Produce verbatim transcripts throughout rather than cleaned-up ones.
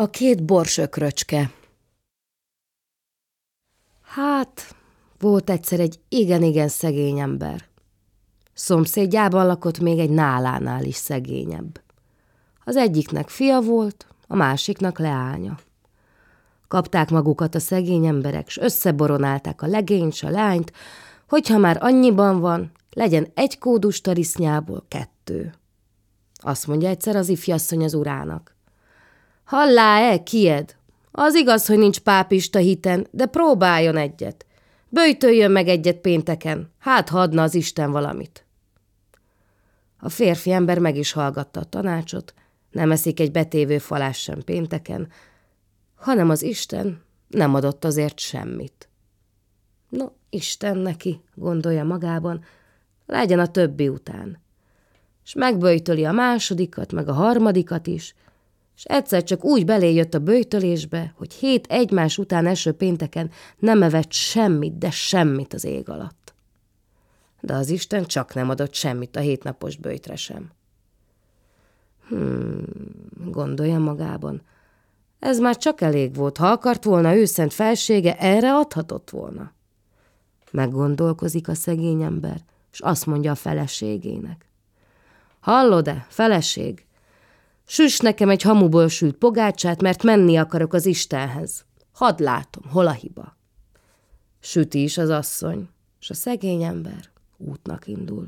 A két borsökröcske. Hát, volt egyszer egy igen-igen szegény ember. Szomszédjában lakott még egy nálánál is szegényebb. Az egyiknek fia volt, a másiknak leánya. Kapták magukat a szegény emberek, s összeboronálták a legényt s a lányt, hogyha már annyiban van, legyen egy kódus tarisznyából kettő. Azt mondja egyszer az ifjasszony az urának. Hallá-e, kied? Az igaz, hogy nincs pápista hiten, de próbáljon egyet. Böjtöljön meg egyet pénteken, hát ha adna az Isten valamit. A férfi ember meg is hallgatta a tanácsot, nem eszik egy betévő falás sem pénteken, hanem az Isten nem adott azért semmit. No, Isten neki, gondolja magában, legyen a többi után. S megböjtöli a másodikat, meg a harmadikat is, és egyszer csak úgy beléjött a böjtölésbe, hogy hét egymás után eső pénteken nem evett semmit, de semmit az ég alatt. De az Isten csak nem adott semmit a hétnapos böjtre sem. Hmm, gondolja magában, ez már csak elég volt, ha akart volna ő szent felsége, erre adhatott volna. Meggondolkozik a szegény ember, és azt mondja a feleségének. Hallod-e, feleség? Süss nekem egy hamuból sült pogácsát, mert menni akarok az Istenhez. Hadd látom, hol a hiba. Süti is az asszony, és a szegény ember útnak indul.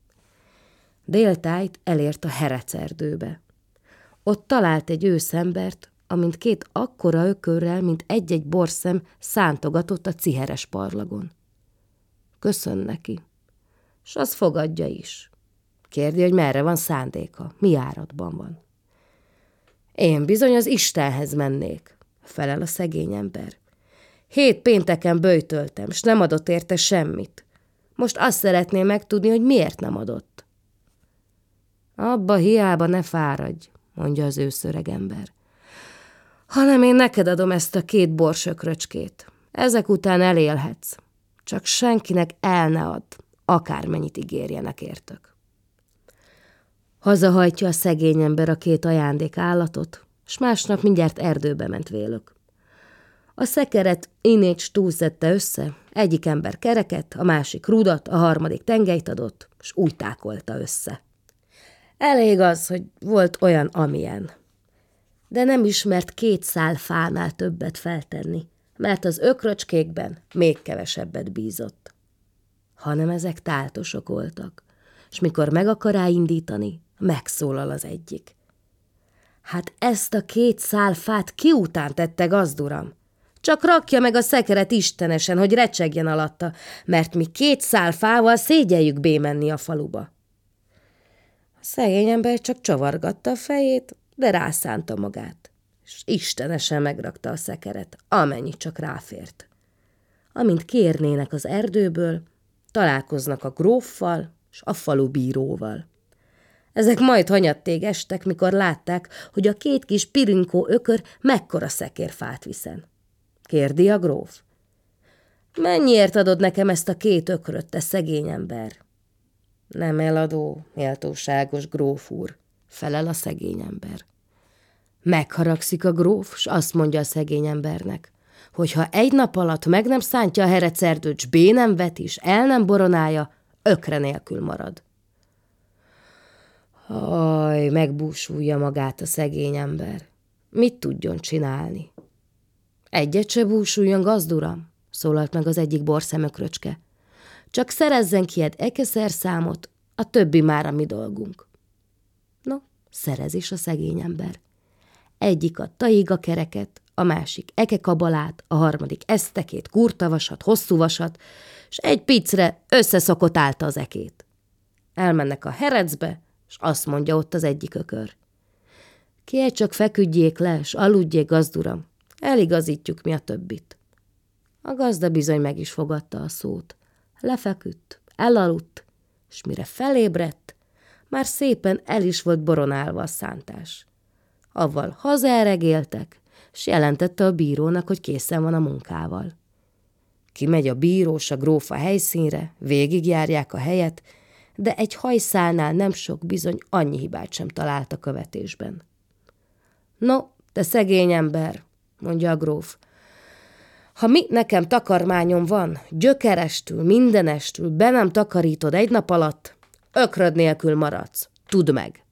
Déltájt elért a herecerdőbe. Ott talált egy őszembert, amint két akkora ökörrel, mint egy-egy borszem szántogatott a ciheres parlagon. Köszön neki, s az fogadja is. Kérdi, hogy merre van szándéka, mi áradban van. Én bizony az Istenhez mennék, felel a szegény ember. Hét pénteken böjtöltem, s nem adott érte semmit. Most azt szeretném megtudni, hogy miért nem adott. Abba hiába ne fáradj, mondja az őszöreg ember. Hanem én neked adom ezt a két borsökröcskét. Ezek után elélhetsz. Csak senkinek el ne add, akármennyit ígérjenek értök. Hazahajtja a szegény ember a két ajándék állatot, s másnap mindjárt erdőbe ment vélük. A szekeret inécs túlszedte össze, egyik ember kereket, a másik rudat, a harmadik tengelyt adott, s úgy tákolta össze. Elég az, hogy volt olyan, amilyen. De nem ismert két szál fánál többet feltenni, mert az ökröcskékben még kevesebbet bízott. Hanem ezek táltosok voltak, s mikor meg akar ráindítani, megszólal az egyik. Hát ezt a két szál fát ki után tette, gazduram? Csak rakja meg a szekeret istenesen, hogy recsegjen alatta, mert mi két szál fával szégyeljük bémenni a faluba. A szegény ember csak csavargatta a fejét, de rászánta magát, és istenesen megrakta a szekeret, amennyit csak ráfért. Amint kiérnének az erdőből, találkoznak a gróffal és a falu bíróval. Ezek majd hanyattég estek, mikor látták, hogy a két kis pirinkó ökör mekkora szekérfát viszen. Kérdi a gróf. Mennyiért adod nekem ezt a két ökröt, te szegény ember? Nem eladó, méltóságos gróf úr, felel a szegény ember. Megharagszik a gróf, s azt mondja a szegény embernek, hogy ha egy nap alatt meg nem szántja a herecerdőt, s bé nem vet is, el nem boronálja, ökre nélkül marad. Aj, megbúsulja magát a szegény ember. Mit tudjon csinálni? Egyet se búsuljon, gazduram, szólalt meg az egyik borszemökröcske. Csak szerezzen ki egy ekeszerszámot, a többi már a mi dolgunk. No, szerez is a szegény ember. Egyik a taiga kereket, a másik ekekabalát, a harmadik esztekét, kurtavasat, hosszú vasat, s egy picre összeszokott állta az ekét. Elmennek a herecbe, s azt mondja ott az egyik ökör. Ki csak feküdjék le, s aludjék, gazduram, eligazítjuk mi a többit. A gazda bizony meg is fogadta a szót. Lefeküdt, elaludt, s mire felébredt, már szépen el is volt boronálva a szántás. Avval hazaeregéltek, s jelentette a bírónak, hogy készen van a munkával. Kimegy a bírós a gróf a helyszínre, végigjárják a helyet, de egy hajszálnál nem sok bizony annyi hibát sem talált a követésben. No, Te szegény ember, mondja a gróf. Ha mi nekem takarmányom van, gyökerestül, mindenestül be nem takarítod egy nap alatt, ökröd nélkül maradsz. Tudd meg!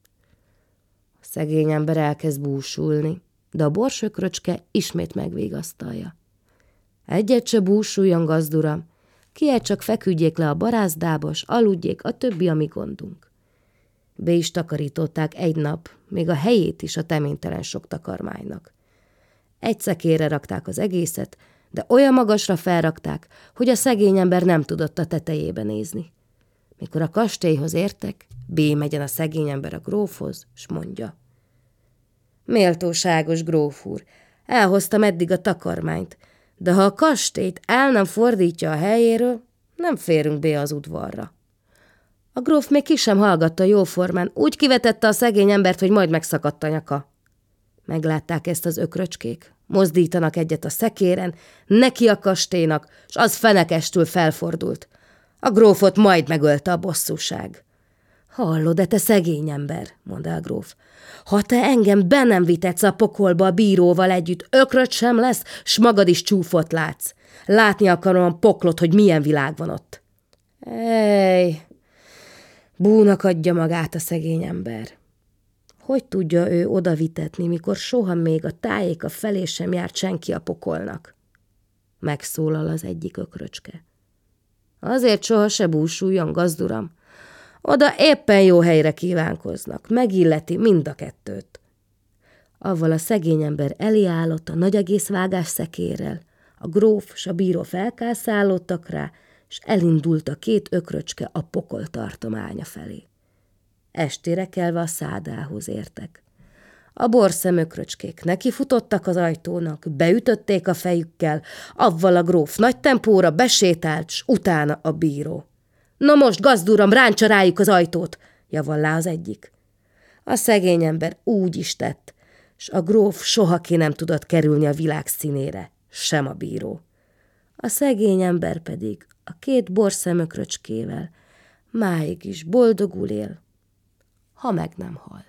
A szegény ember elkezd búsulni, de a borsökröcske ismét megvégasztalja. Egyet se búsuljon, gazduram, kiért csak feküdjék le a barászdába, s aludjék, a többi a mi gondunk. Be is takarították egy nap, még a helyét is a teménytelen sok takarmánynak. Egy szekérre rakták az egészet, de olyan magasra felrakták, hogy a szegény ember nem tudott a tetejébe nézni. Mikor a kastélyhoz értek, bémegyen a szegény ember a grófhoz, s mondja: Méltóságos gróf úr, elhoztam eddig a takarmányt, de ha a kastélyt el nem fordítja a helyéről, nem férünk be az udvarra. A gróf még ki sem hallgatta jóformán, úgy kivetette a szegény embert, hogy majd megszakadt a nyaka. Meglátták ezt az ökröcskék, mozdítanak egyet a szekéren, neki a kastélynak, s az fenekestül felfordult. A grófot majd megölte a bosszúság. Hallod-e, te szegény ember, mondta a gróf, ha te engem be nem vitetsz a pokolba a bíróval együtt, ökröt sem lesz, s magad is csúfot látsz. Látni akarom a poklot, hogy milyen világ van ott. Ej, búnak adja magát a szegény ember. Hogy tudja ő odavitetni, mikor soha még a tájéka felé sem járt senki a pokolnak? Megszólal az egyik ökröcske. Azért soha se búsuljon, gazduram. Oda éppen jó helyre kívánkoznak, megilleti mind a kettőt. Avval a szegény ember elé állott a nagy egész vágás szekérrel, a gróf s a bíró felkászálódtak rá, s elindult a két ökröcske a pokol tartománya felé. Estére kelve a szádához értek. A borszem ökröcskék nekifutottak az ajtónak, beütötték a fejükkel, avval a gróf nagy tempóra besétált, s utána a bíró. No most, gazduram, ráncsa rájuk az ajtót, javallá az egyik. A szegény ember úgy is tett, s a gróf soha ki nem tudott kerülni a világ színére, sem a bíró. A szegény ember pedig a két borszem ökröcskével máig is boldogul él, ha meg nem halt.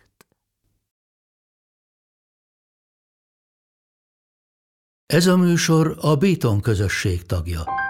Ez a műsor a Béton közösség tagja.